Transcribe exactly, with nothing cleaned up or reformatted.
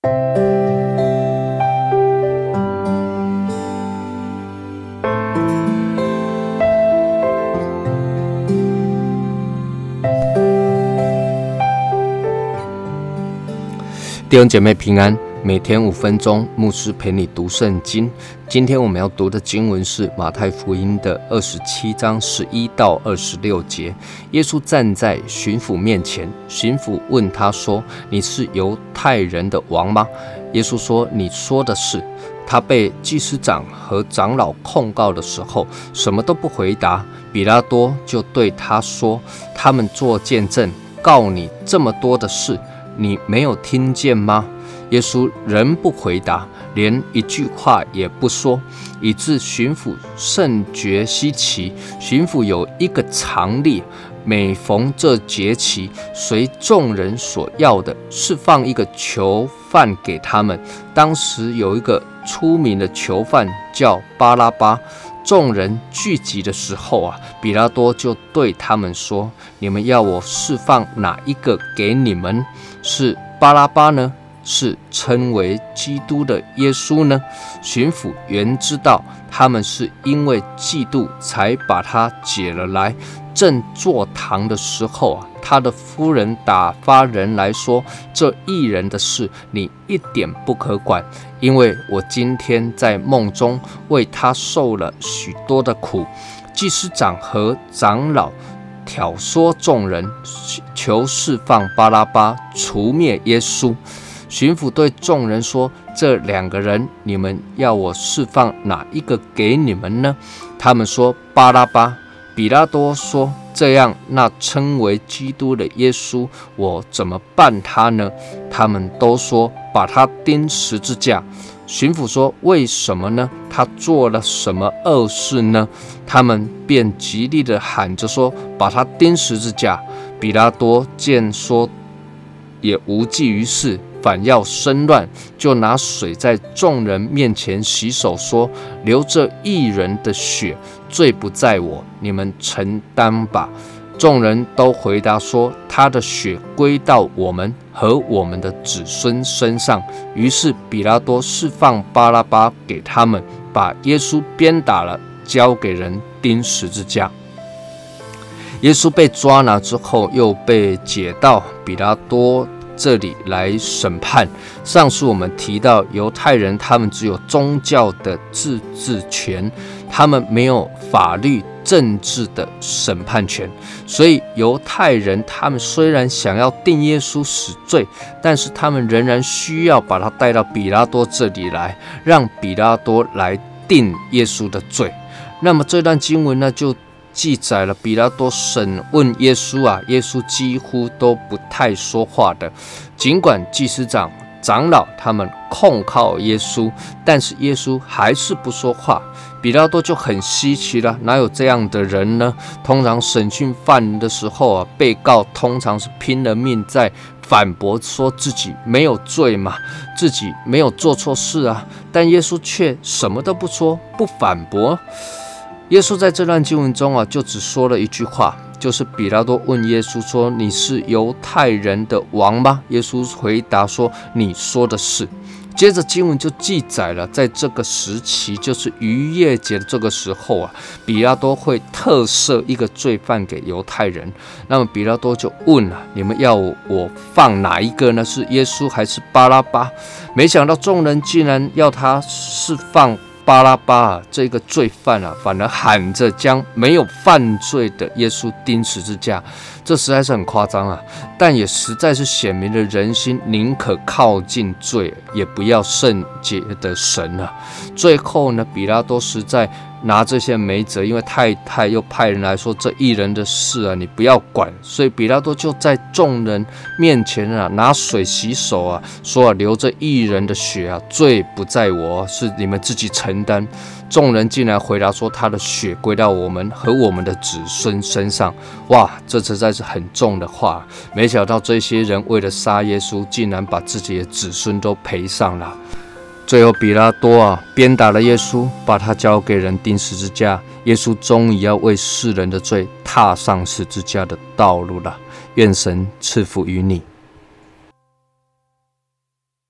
弟兄姐妹平安，每天五分钟，牧师陪你读圣经。今天我们要读的经文是马太福音的二十七章十一到二十六节。耶稣站在巡抚面前，巡抚问他说：“你是犹太人的王吗？”耶稣说：“你说的是。”他被祭司长和长老控告的时候，什么都不回答。比拉多就对他说：“他们做见证，告你这么多的事，你没有听见吗？”耶稣仍不回答，连一句话也不说，以致巡抚甚觉稀奇。巡抚有一个常例，每逢这节期，随众人所要的，是放一个囚犯给他们。当时有一个出名的囚犯叫巴拉巴。众人聚集的时候啊，比拉多就对他们说：“你们要我释放哪一个给你们？是巴拉巴呢？是称为基督的耶稣呢？”巡抚原知道他们是因为嫉妒才把他解了来。正坐堂的时候啊，他的夫人打发人来说：“这义人的事你一点不可管，因为我今天在梦中为他受了许多的苦。”祭司长和长老挑唆众人，求释放巴拉巴，除灭耶稣。巡抚对众人说：“这两个人，你们要我释放哪一个给你们呢？”他们说：“巴拉巴。”比拉多说：“这样，那称为基督的耶稣，我怎么办他呢？”他们都说：“把他钉十字架。”巡抚说：“为什么呢？他做了什么恶事呢？”他们便极力地喊着说：“把他钉十字架。”比拉多见说也无济于事，反要生乱，就拿水在众人面前洗手，说：“流这义人的血，罪不在我，你们承担吧。”众人都回答说：“他的血归到我们和我们的子孙身上。”于是比拉多释放巴拉巴给他们，把耶稣鞭打了，交给人钉十字架。耶稣被抓拿之后，又被解到比拉多这里来审判。上述我们提到，犹太人他们只有宗教的自治权，他们没有法律政治的审判权。所以犹太人他们虽然想要定耶稣死罪，但是他们仍然需要把他带到比拉多这里来，让比拉多来定耶稣的罪。那么这段经文呢，就记载了比拉多审问耶稣啊，耶稣几乎都不太说话的。尽管祭司长、长老他们控告耶稣，但是耶稣还是不说话。比拉多就很稀奇了，哪有这样的人呢？通常审讯犯人的时候啊，被告通常是拼了命在反驳，说自己没有罪嘛，自己没有做错事啊。但耶稣却什么都不说，不反驳。耶稣在这段经文中啊，就只说了一句话，就是比拉多问耶稣说：“你是犹太人的王吗？”耶稣回答说：“你说的是。”接着经文就记载了，在这个时期，就是逾越节的这个时候啊，比拉多会特赦一个罪犯给犹太人。那么比拉多就问了：“你们要我放哪一个呢？是耶稣还是巴拉巴？”没想到众人竟然要他释放巴拉巴啊，这个罪犯啊，反而喊着将没有犯罪的耶稣钉十字架，这实在是很夸张啊！但也实在是显明了人心宁可靠近罪，也不要圣洁的神啊。最后呢，比拉多实在拿这些没辙，因为太太又派人来说这义人的事啊，你不要管，所以比拉多就在众人面前啊，拿水洗手啊，说啊，流着义人的血啊，罪不在我，是你们自己承担。众人竟然回答说，他的血归到我们和我们的子孙身上。哇，这实在是很重的话。没想到这些人为了杀耶稣，竟然把自己的子孙都赔上了。最后比拉多啊，鞭打了耶稣，把他交给人钉十字架。耶稣终于要为世人的罪踏上十字架的道路了。愿神赐福于你。